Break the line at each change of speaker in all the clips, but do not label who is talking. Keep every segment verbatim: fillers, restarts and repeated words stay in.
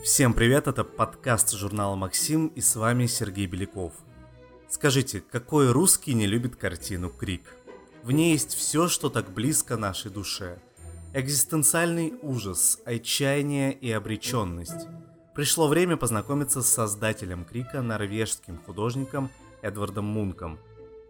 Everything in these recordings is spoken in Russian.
Всем привет, это подкаст журнала «Максим» и с вами Сергей Беляков. Скажите, какой русский не любит картину «Крик»? В ней есть все, что так близко нашей душе. Экзистенциальный ужас, отчаяние и обреченность. Пришло время познакомиться с создателем «Крика», норвежским художником Эдвардом Мунком.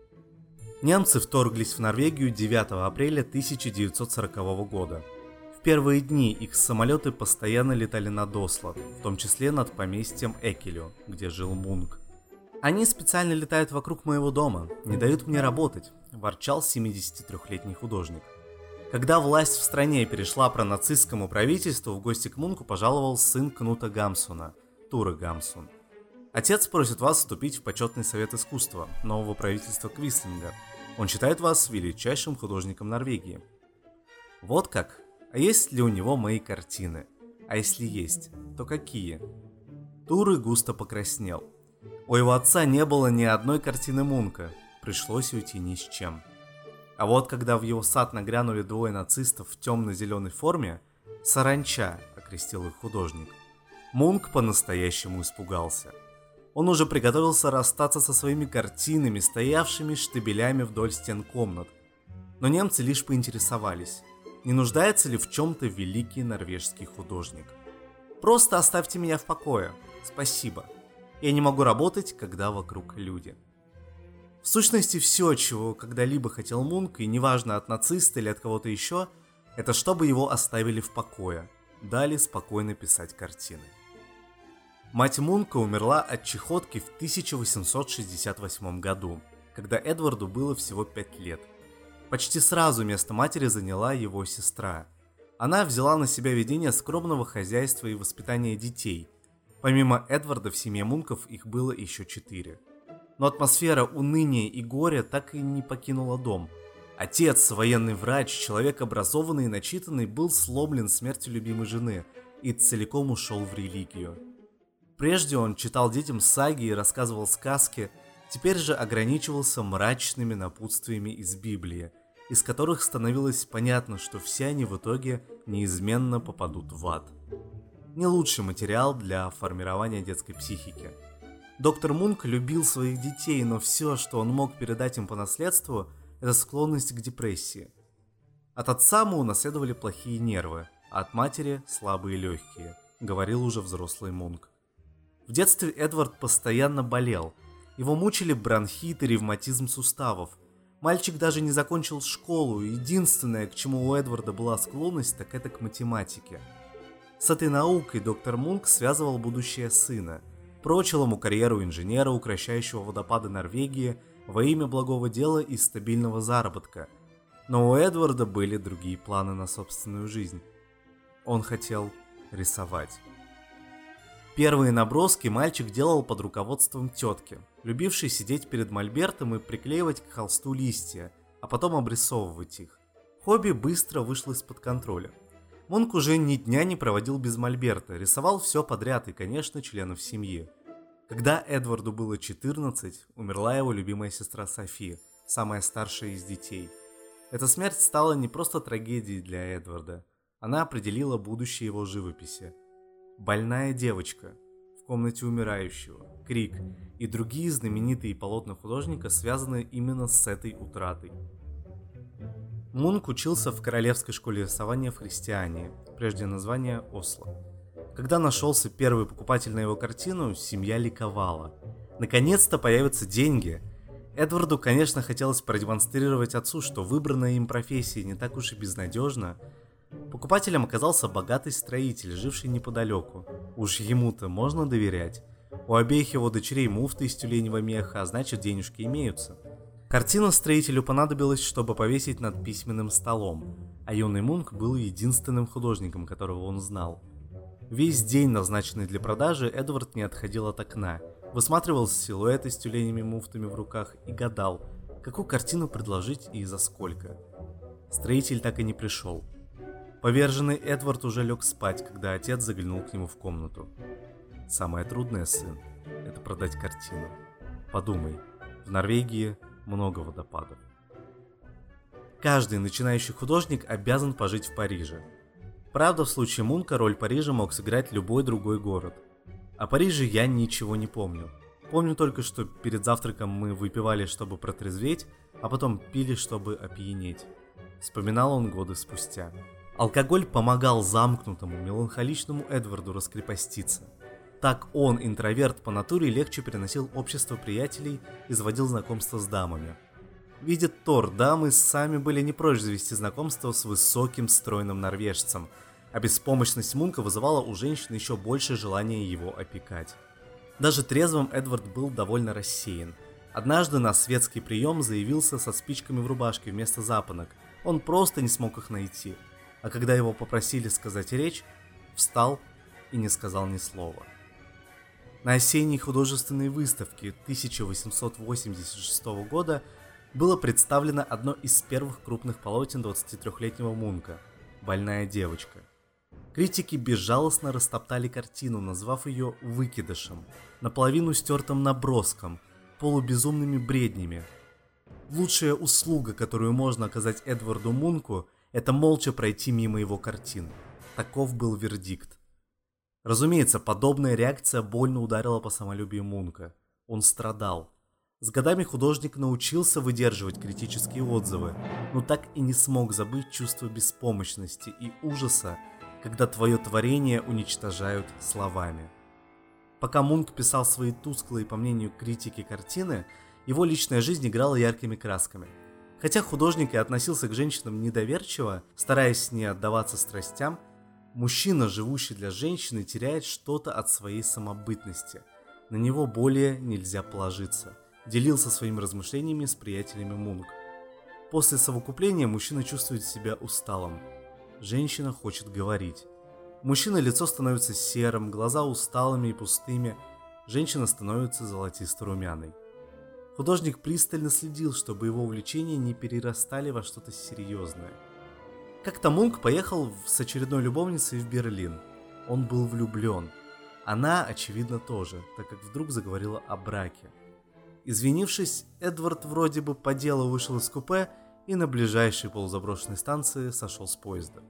Немцы вторглись в Норвегию девятого апреля тысяча девятьсот сорокового года. В первые дни их самолеты постоянно летали над Осло, в том числе над поместьем Экелю, где жил Мунк. «Они специально летают вокруг моего дома, не дают мне работать», – ворчал семидесятитрёхлетний художник. Когда власть в стране перешла пронацистскому правительству, в гости к Мунку пожаловал сын Кнута Гамсуна, Туре Гамсун. «Отец просит вас вступить в почетный совет искусства нового правительства Квислинга. Он считает вас величайшим художником Норвегии». «Вот как? А есть ли у него мои картины? А если есть, то какие?» Туре густо покраснел. У его отца не было ни одной картины Мунка, пришлось уйти ни с чем. А вот когда в его сад нагрянули двое нацистов в темно-зеленой форме, «Саранча», окрестил их художник, Мунк по-настоящему испугался. Он уже приготовился расстаться со своими картинами, стоявшими штабелями вдоль стен комнат. Но немцы лишь поинтересовались, не нуждается ли в чем-то великий норвежский художник. «Просто оставьте меня в покое. Спасибо. Я не могу работать, когда вокруг люди». В сущности, все, чего когда-либо хотел Мунк, и неважно от нациста или от кого-то еще, это чтобы его оставили в покое, дали спокойно писать картины. Мать Мунка умерла от чехотки в тысяча восемьсот шестьдесят восьмом году, когда Эдварду было всего пять лет. Почти сразу место матери заняла его сестра. Она взяла на себя ведение скромного хозяйства и воспитания детей. Помимо Эдварда в семье Мунков их было еще четыре. Но атмосфера уныния и горя так и не покинула дом. Отец, военный врач, человек образованный и начитанный, был сломлен смертью любимой жены и целиком ушел в религию. Прежде он читал детям саги и рассказывал сказки, теперь же ограничивался мрачными напутствиями из Библии, из которых становилось понятно, что все они в итоге неизменно попадут в ад. Не лучший материал для формирования детской психики. Доктор Мунк любил своих детей, но все, что он мог передать им по наследству, это склонность к депрессии. От отца мы унаследовали плохие нервы, а от матери слабые легкие, говорил уже взрослый Мунк. В детстве Эдвард постоянно болел. Его мучили бронхит и ревматизм суставов. Мальчик даже не закончил школу, и единственное, к чему у Эдварда была склонность, так это к математике. С этой наукой доктор Мунк связывал будущее сына, прочил ему карьеру инженера, укрощающего водопады Норвегии во имя благого дела и стабильного заработка. Но у Эдварда были другие планы на собственную жизнь. Он хотел рисовать. Первые наброски мальчик делал под руководством тетки, любившей сидеть перед мольбертом и приклеивать к холсту листья, а потом обрисовывать их. Хобби быстро вышло из-под контроля. Мунк уже ни дня не проводил без мольберта, рисовал все подряд и, конечно, членов семьи. Когда Эдварду было четырнадцать, умерла его любимая сестра Софи, самая старшая из детей. Эта смерть стала не просто трагедией для Эдварда, она определила будущее его живописи. «Больная девочка», «В комнате умирающего», «Крик» и другие знаменитые полотна художника связаны именно с этой утратой. Мунк учился в Королевской школе рисования в Христиании, прежде название Осло. Когда нашелся первый покупатель на его картину, семья ликовала. Наконец-то появятся деньги. Эдварду, конечно, хотелось продемонстрировать отцу, что выбранная им профессия не так уж и безнадежна. Покупателем оказался богатый строитель, живший неподалеку. Уж ему-то можно доверять. У обеих его дочерей муфты из тюленевого меха, а значит, денежки имеются. Картина строителю понадобилась, чтобы повесить над письменным столом, а юный Мунк был единственным художником, которого он знал. Весь день, назначенный для продажи, Эдвард не отходил от окна, высматривал силуэты с тюленями муфтами в руках и гадал, какую картину предложить и за сколько. Строитель так и не пришел. Поверженный Эдвард уже лег спать, когда отец заглянул к нему в комнату. «Самое трудное, сын, это продать картину. Подумай, в Норвегии много водопадов. Каждый начинающий художник обязан пожить в Париже. Правда, в случае Мунка роль Парижа мог сыграть любой другой город. О Париже я ничего не помню. Помню только, что перед завтраком мы выпивали, чтобы протрезветь, а потом пили, чтобы опьянеть. Вспоминал он годы спустя. Алкоголь помогал замкнутому, меланхоличному Эдварду раскрепоститься. Так он, интроверт по натуре, легче переносил общество приятелей и заводил знакомства с дамами. Видит Тор, дамы сами были не прочь завести знакомство с высоким, стройным норвежцем, а беспомощность Мунка вызывала у женщин еще больше желания его опекать. Даже трезвым Эдвард был довольно рассеян. Однажды на светский прием заявился со спичками в рубашке вместо запонок. Он просто не смог их найти. А когда его попросили сказать речь, встал и не сказал ни слова. На осенней художественной выставке тысяча восемьсот восемьдесят шестого года было представлено одно из первых крупных полотен двадцатитрёхлетнего Мунка «Больная девочка». Критики безжалостно растоптали картину, назвав ее выкидышем, наполовину стертым наброском, полубезумными бреднями. Лучшая услуга, которую можно оказать Эдварду Мунку, это молча пройти мимо его картин. Таков был вердикт. Разумеется, подобная реакция больно ударила по самолюбию Мунка. Он страдал. С годами художник научился выдерживать критические отзывы, но так и не смог забыть чувство беспомощности и ужаса, когда твое творение уничтожают словами. Пока Мунк писал свои тусклые, по мнению критики, картины, его личная жизнь играла яркими красками. Хотя художник и относился к женщинам недоверчиво, стараясь не отдаваться страстям, мужчина, живущий для женщины, теряет что-то от своей самобытности. На него более нельзя положиться, делился своими размышлениями с приятелями Мунк. После совокупления мужчина чувствует себя усталым. Женщина хочет говорить. Мужчина лицо становится серым, глаза усталыми и пустыми, женщина становится золотисто-румяной. Художник пристально следил, чтобы его увлечения не перерастали во что-то серьезное. Как-то Мунк поехал с очередной любовницей в Берлин. Он был влюблен. Она, очевидно, тоже, так как вдруг заговорила о браке. Извинившись, Эдвард вроде бы по делу вышел из купе и на ближайшей полузаброшенной станции сошел с поезда.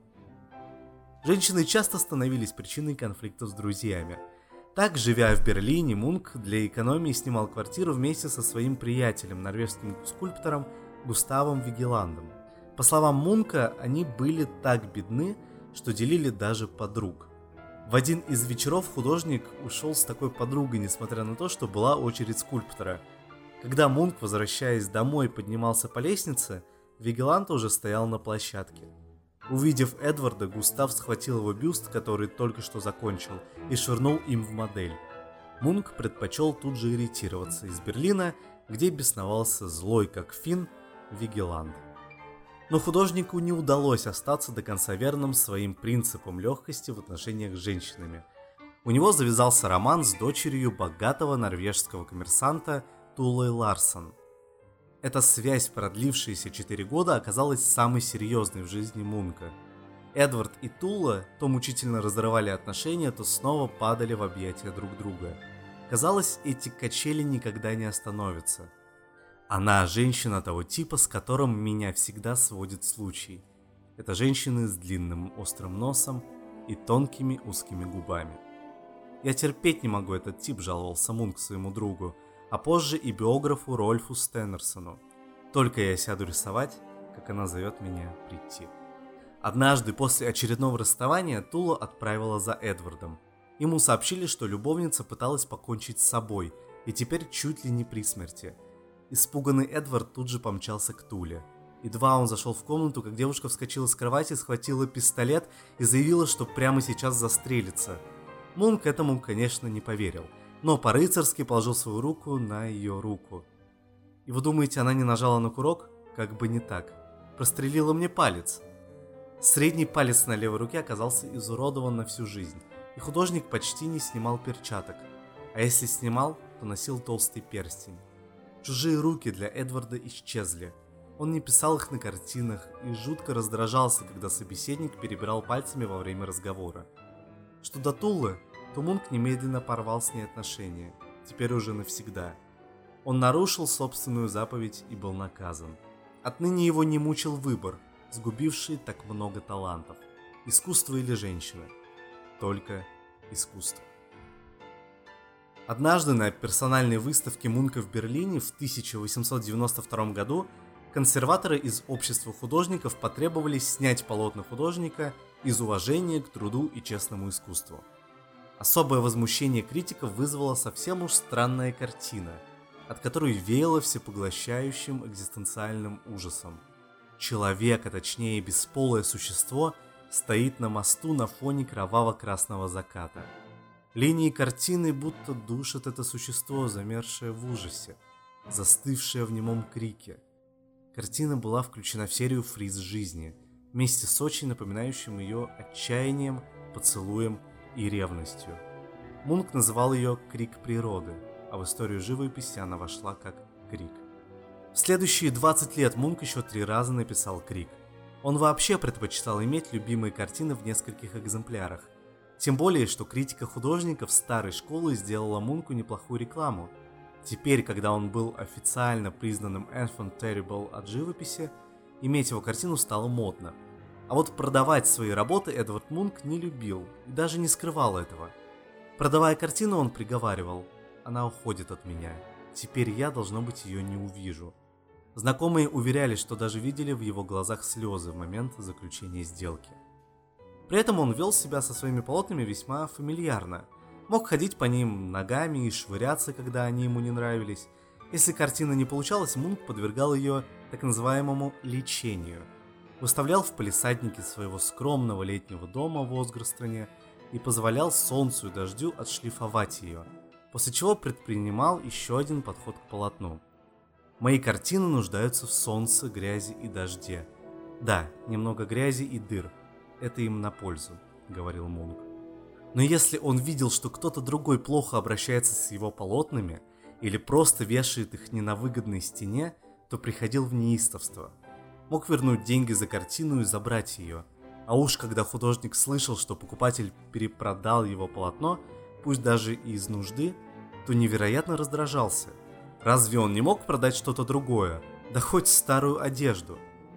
Женщины часто становились причиной конфликтов с друзьями. Так, живя в Берлине, Мунк для экономии снимал квартиру вместе со своим приятелем, норвежским скульптором Густавом Вигеландом. По словам Мунка, они были так бедны, что делили даже подруг. В один из вечеров художник ушел с такой подругой, несмотря на то, что была очередь скульптора. Когда Мунк, возвращаясь домой, поднимался по лестнице, Вигеланд уже стоял на площадке. Увидев Эдварда, Густав схватил его бюст, который только что закончил, и швырнул им в модель. Мунк предпочел тут же ретироваться из Берлина, где бесновался злой как фин Вигеланд. Но художнику не удалось остаться до конца верным своим принципам легкости в отношениях с женщинами. У него завязался роман с дочерью богатого норвежского коммерсанта Тулой Ларсон. Эта связь, продлившаяся четыре года, оказалась самой серьезной в жизни Мунка. Эдвард и Тула то мучительно разрывали отношения, то снова падали в объятия друг друга. Казалось, эти качели никогда не остановятся. Она женщина того типа, с которым меня всегда сводит случай. Это женщины с длинным острым носом и тонкими узкими губами. Я терпеть не могу этот тип, жаловался Мунк своему другу, а позже и биографу Рольфу Стеннерсону. Только я сяду рисовать, как она зовет меня прийти. Однажды после очередного расставания Тула отправила за Эдвардом. Ему сообщили, что любовница пыталась покончить с собой и теперь чуть ли не при смерти. Испуганный Эдвард тут же помчался к Туле. Едва он зашел в комнату, как девушка вскочила с кровати, схватила пистолет и заявила, что прямо сейчас застрелится. Мунк этому, конечно, не поверил, но по-рыцарски положил свою руку на ее руку. И вы думаете, она не нажала на курок? Как бы не так. Прострелила мне палец. Средний палец на левой руке оказался изуродован на всю жизнь, и художник почти не снимал перчаток, а если снимал, то носил толстый перстень. Чужие руки для Эдварда исчезли. Он не писал их на картинах и жутко раздражался, когда собеседник перебирал пальцами во время разговора. Что до Тулы, то Мунк немедленно порвал с ней отношения, теперь уже навсегда. Он нарушил собственную заповедь и был наказан. Отныне его не мучил выбор, сгубивший так много талантов. искусство или женщина. Только искусство. Однажды на персональной выставке Мунка в Берлине в тысяча восемьсот девяносто втором году консерваторы из общества художников потребовали снять полотна художника из уважения к труду и честному искусству. Особое возмущение критиков вызвала совсем уж странная картина, от которой веяло всепоглощающим экзистенциальным ужасом. Человек, а точнее бесполое существо, стоит на мосту на фоне кроваво-красного заката. Линии картины будто душат это существо, замершее в ужасе, застывшее в немом крике. Картина была включена в серию «Фриз жизни», вместе с очень напоминающим ее отчаянием, поцелуем и ревностью. Мунк называл ее «Крик природы», а в историю живописи она вошла как «Крик». В следующие двадцать лет Мунк еще три раза написал «Крик». Он вообще предпочитал иметь любимые картины в нескольких экземплярах. Тем более, что критика художников старой школы сделала Мунку неплохую рекламу. Теперь, когда он был официально признанным enfant terrible от живописи, иметь его картину стало модно. А вот продавать свои работы Эдвард Мунк не любил и даже не скрывал этого. Продавая картину, он приговаривал: «Она уходит от меня. Теперь я, должно быть, ее не увижу». Знакомые уверяли, что даже видели в его глазах слезы в момент заключения сделки. При этом он вел себя со своими полотнами весьма фамильярно. Мог ходить по ним ногами и швыряться, когда они ему не нравились. Если картина не получалась, Мунк подвергал ее так называемому лечению. Выставлял в палисаднике своего скромного летнего дома в Озгростроне и позволял солнцу и дождю отшлифовать ее, после чего предпринимал еще один подход к полотну. «Мои картины нуждаются в солнце, грязи и дожде. Да, немного грязи и дыр. Это им на пользу», — говорил Мунк. Но если он видел, что кто-то другой плохо обращается с его полотнами или просто вешает их не на выгодной стене, то приходил в неистовство. Мог вернуть деньги за картину и забрать ее. А уж когда художник слышал, что покупатель перепродал его полотно, пусть даже и из нужды, то невероятно раздражался. Разве он не мог продать что-то другое, да хоть старую одежду?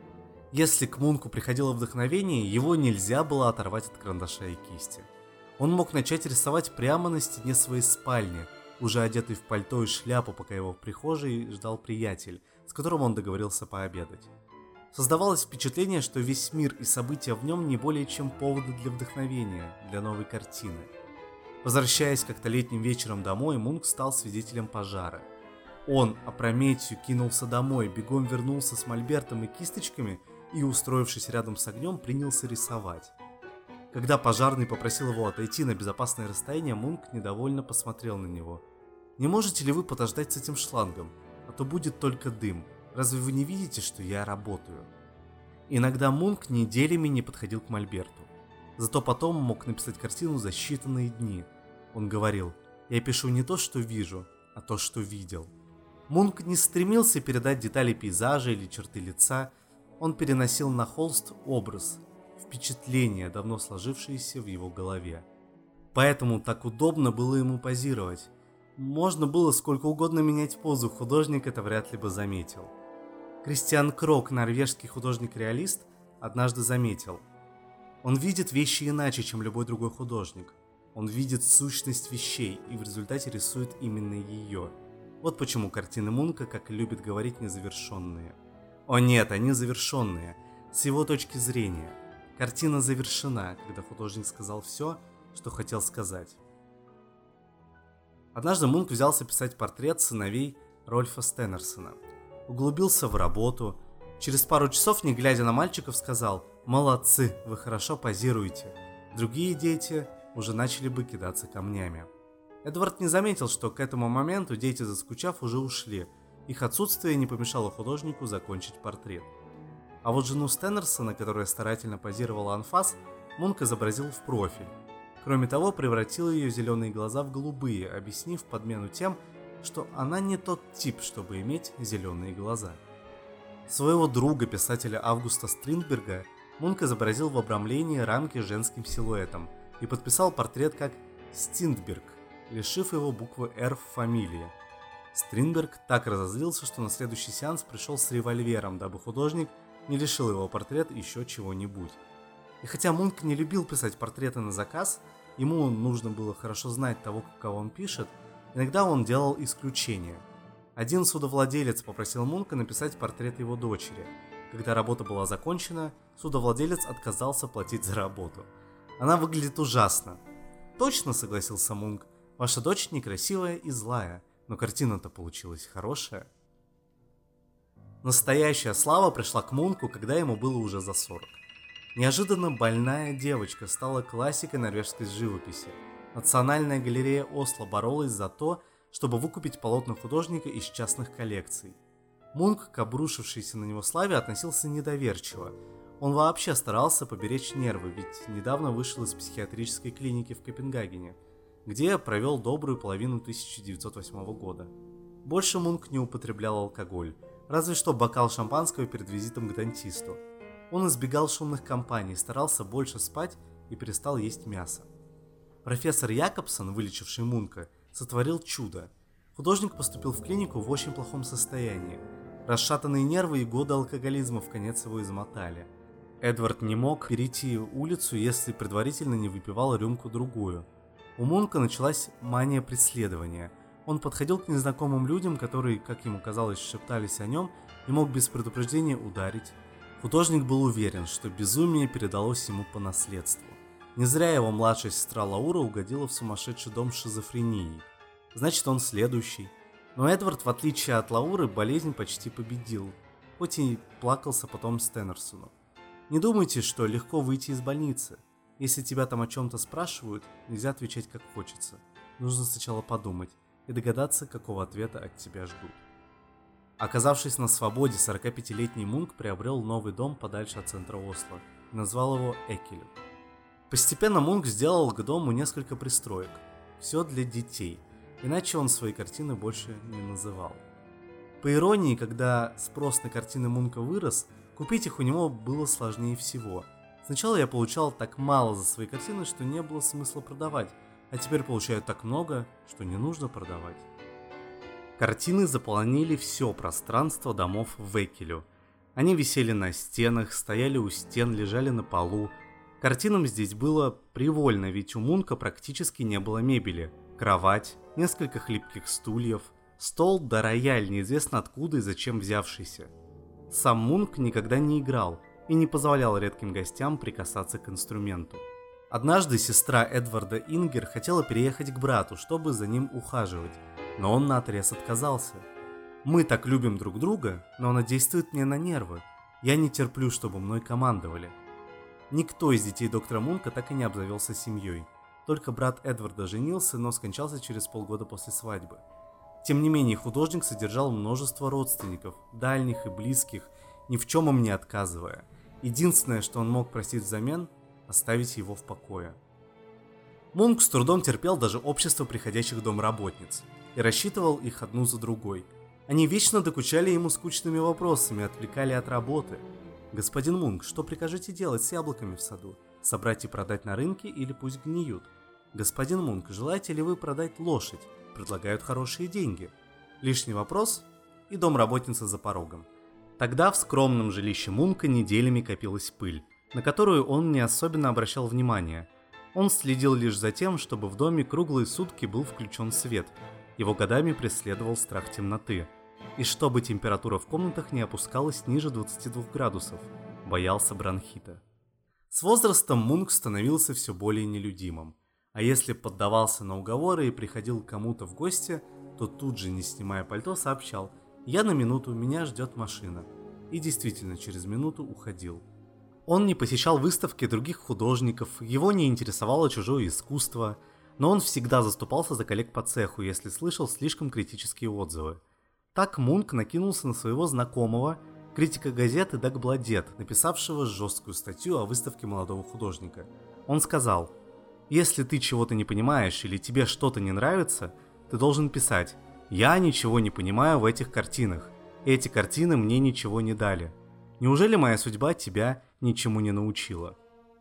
Если к Мунку приходило вдохновение, его нельзя было оторвать от карандаша и кисти. Он мог начать рисовать прямо на стене своей спальни, уже одетый в пальто и шляпу, пока его в прихожей ждал приятель, с которым он договорился пообедать. Создавалось впечатление, что весь мир и события в нем не более чем поводы для вдохновения, для новой картины. Возвращаясь как-то летним вечером домой, Мунк стал свидетелем пожара. Он опрометью кинулся домой, бегом вернулся с мольбертом и кисточками и, устроившись рядом с огнем, принялся рисовать. Когда пожарный попросил его отойти на безопасное расстояние, Мунк недовольно посмотрел на него. «Не можете ли вы подождать с этим шлангом? А то будет только дым. Разве вы не видите, что я работаю?» Иногда Мунк неделями не подходил к мольберту. Зато потом мог написать картину за считанные дни. Он говорил: «Я пишу не то, что вижу, а то, что видел». Мунк не стремился передать детали пейзажа или черты лица. Он переносил на холст образ, впечатление, давно сложившееся в его голове. Поэтому так удобно было ему позировать. Можно было сколько угодно менять позу, художник это вряд ли бы заметил. Кристиан Крок, норвежский художник-реалист, однажды заметил: «Он видит вещи иначе, чем любой другой художник. Он видит сущность вещей и в результате рисует именно ее». Вот почему картины Мунка, как любит говорить, незавершенные. О нет, они завершенные, с его точки зрения. Картина завершена, когда художник сказал все, что хотел сказать. Однажды Мунк взялся писать портрет сыновей Рольфа Стеннерсона. Углубился в работу. Через пару часов, не глядя на мальчиков, сказал: «Молодцы, вы хорошо позируете». Другие дети уже начали бы кидаться камнями. Эдвард не заметил, что к этому моменту дети, заскучав, уже ушли. Их отсутствие не помешало художнику закончить портрет. А вот жену Стеннерсона, которая старательно позировала анфас, Мунк изобразил в профиль. Кроме того, превратил ее зеленые глаза в голубые, объяснив подмену тем, что она не тот тип, чтобы иметь зеленые глаза. Своего друга, писателя Августа Стриндберга, Мунк изобразил в обрамлении рамки женским силуэтом и подписал портрет как «Стиндберг», лишив его буквы «Р» в фамилии. Стринберг так разозлился, что на следующий сеанс пришел с револьвером, дабы художник не лишил его портрет еще чего-нибудь. И хотя Мунк не любил писать портреты на заказ, ему нужно было хорошо знать того, кого он пишет, иногда он делал исключения. Один судовладелец попросил Мунка написать портрет его дочери. Когда работа была закончена, судовладелец отказался платить за работу. «Она выглядит ужасно». «Точно», — согласился Мунк, — «ваша дочь некрасивая и злая, но картина-то получилась хорошая». Настоящая слава пришла к Мунку, когда ему было уже за сорок. Неожиданно «Больная девочка» стала классикой норвежской живописи. Национальная галерея Осло боролась за то, чтобы выкупить полотна художника из частных коллекций. Мунк к обрушившейся на него славе относился недоверчиво. Он вообще старался поберечь нервы, ведь недавно вышел из психиатрической клиники в Копенгагене, где провел добрую половину тысяча девятьсот восьмого года. Больше Мунк не употреблял алкоголь, разве что бокал шампанского перед визитом к дантисту. Он избегал шумных компаний, старался больше спать и перестал есть мясо. Профессор Якобсон, вылечивший Мунка, сотворил чудо. Художник поступил в клинику в очень плохом состоянии. Расшатанные нервы и годы алкоголизма вконец его измотали. Эдвард не мог перейти улицу, если предварительно не выпивал рюмку-другую. У Мунка началась мания преследования. Он подходил к незнакомым людям, которые, как ему казалось, шептались о нем, и мог без предупреждения ударить. Художник был уверен, что безумие передалось ему по наследству. Не зря его младшая сестра Лаура угодила в сумасшедший дом с шизофренией. Значит, он следующий. Но Эдвард, в отличие от Лауры, болезнь почти победил, хоть и плакался потом Стеннерсону. Не думайте, что легко выйти из больницы. Если тебя там о чем-то спрашивают, нельзя отвечать как хочется. Нужно сначала подумать и догадаться, какого ответа от тебя ждут. Оказавшись на свободе, сорокапятилетний Мунк приобрел новый дом подальше от центра Осло и назвал его Экелю. Постепенно Мунк сделал к дому несколько пристроек. Все для детей, иначе он свои картины больше не называл. По иронии, когда спрос на картины Мунка вырос, купить их у него было сложнее всего. Сначала я получал так мало за свои картины, что не было смысла продавать, а теперь получаю так много, что не нужно продавать. Картины заполонили все пространство домов в Экелю. Они висели на стенах, стояли у стен, лежали на полу. Картинам здесь было привольно, ведь у Мунка практически не было мебели. Кровать, несколько хлипких стульев, стол да рояль, неизвестно откуда и зачем взявшийся. Сам Мунк никогда не играл и не позволял редким гостям прикасаться к инструменту. Однажды сестра Эдварда Ингер хотела переехать к брату, чтобы за ним ухаживать, но он наотрез отказался. «Мы так любим друг друга, но она действует мне на нервы. Я не терплю, чтобы мной командовали». Никто из детей доктора Мунка так и не обзавелся семьей. Только брат Эдварда женился, но скончался через полгода после свадьбы. Тем не менее, художник содержал множество родственников, дальних и близких, ни в чем им не отказывая. Единственное, что он мог просить взамен – оставить его в покое. Мунк с трудом терпел даже общество приходящих домработниц и рассчитывал их одну за другой. Они вечно докучали ему скучными вопросами, отвлекали от работы. «Господин Мунк, что прикажете делать с яблоками в саду? Собрать и продать на рынке или пусть гниют? Господин Мунк, желаете ли вы продать лошадь? Предлагают хорошие деньги». Лишний вопрос, и домработница за порогом. Тогда в скромном жилище Мунка неделями копилась пыль, на которую он не особенно обращал внимания. Он следил лишь за тем, чтобы в доме круглые сутки был включен свет. Его годами преследовал страх темноты. И чтобы температура в комнатах не опускалась ниже двадцати двух градусов. Боялся бронхита. С возрастом Мунк становился все более нелюдимым. А если поддавался на уговоры и приходил к кому-то в гости, то тут же, не снимая пальто, сообщал: «Я на минуту, меня ждет машина». И действительно, через минуту уходил. Он не посещал выставки других художников, его не интересовало чужое искусство, но он всегда заступался за коллег по цеху, если слышал слишком критические отзывы. Так Мунк накинулся на своего знакомого, критика газеты Дагбладет, написавшего жесткую статью о выставке молодого художника. Он сказал: «Если ты чего-то не понимаешь или тебе что-то не нравится, ты должен писать: я ничего не понимаю в этих картинах, эти картины мне ничего не дали. Неужели моя судьба тебя ничему не научила?»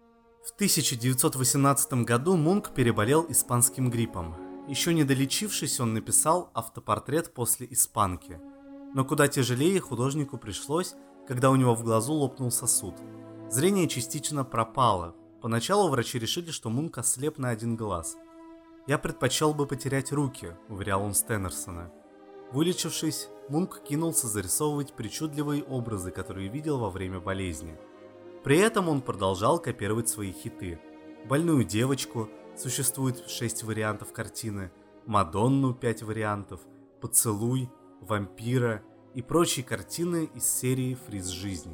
В тысяча девятьсот восемнадцатом году Мунк переболел испанским гриппом. Еще не долечившись, он написал автопортрет после испанки. Но куда тяжелее художнику пришлось, когда у него в глазу лопнул сосуд. Зрение частично пропало. Поначалу врачи решили, что Мунк ослеп на один глаз. «Я предпочел бы потерять руки», — уверял он Стеннерсона. Вылечившись, Мунк кинулся зарисовывать причудливые образы, которые видел во время болезни. При этом он продолжал копировать свои хиты. «Больную девочку» существует шесть вариантов картины, «Мадонну» пять вариантов, «Поцелуй», «Вампира» и прочие картины из серии «Фриз жизни».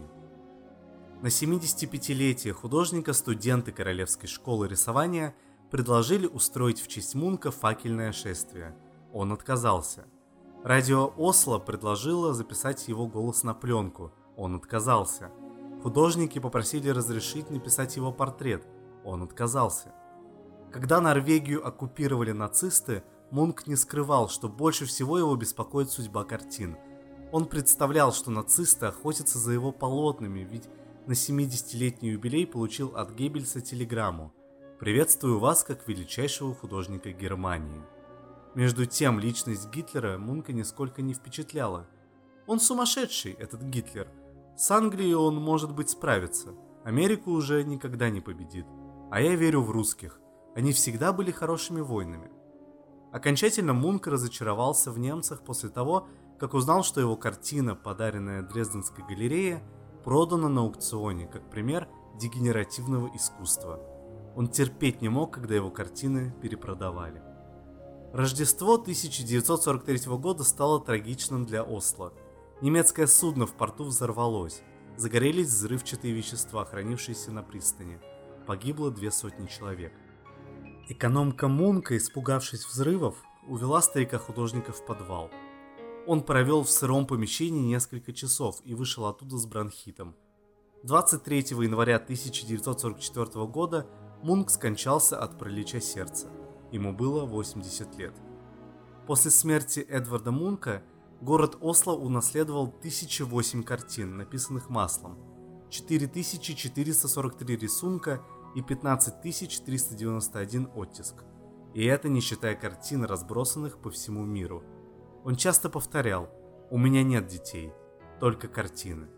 На семидесятипятилетие художника студенты Королевской школы рисования предложили устроить в честь Мунка факельное шествие. Он отказался. Радио Осло предложило записать его голос на пленку. Он отказался. Художники попросили разрешить написать его портрет. Он отказался. Когда Норвегию оккупировали нацисты, Мунк не скрывал, что больше всего его беспокоит судьба картин. Он представлял, что нацисты охотятся за его полотнами, ведь на семидесятилетний юбилей получил от Геббельса телеграмму: «Приветствую вас как величайшего художника Германии». Между тем, личность Гитлера Мунка нисколько не впечатляла. Он сумасшедший, этот Гитлер. С Англией он, может быть, справится. Америку уже никогда не победит. А я верю в русских. Они всегда были хорошими воинами. Окончательно Мунк разочаровался в немцах после того, как узнал, что его картина, подаренная Дрезденской галерее, продана на аукционе как пример дегенеративного искусства. Он терпеть не мог, когда его картины перепродавали. Рождество тысяча девятьсот сорок третьего года стало трагичным для Осло. Немецкое судно в порту взорвалось. Загорелись взрывчатые вещества, хранившиеся на пристани. Погибло две сотни человек. Экономка Мунка, испугавшись взрывов, увела старика-художника в подвал. Он провел в сыром помещении несколько часов и вышел оттуда с бронхитом. двадцать третьего января тысяча девятьсот сорок четвёртого года Мунк скончался от паралича сердца. Ему было восемьдесят лет. После смерти Эдварда Мунка город Осло унаследовал тысячу восемь картин, написанных маслом, четыре тысячи четыреста сорок три рисунка и пятнадцать тысяч триста девяносто один оттиск. И это не считая картин, разбросанных по всему миру. Он часто повторял: «У меня нет детей, только картины».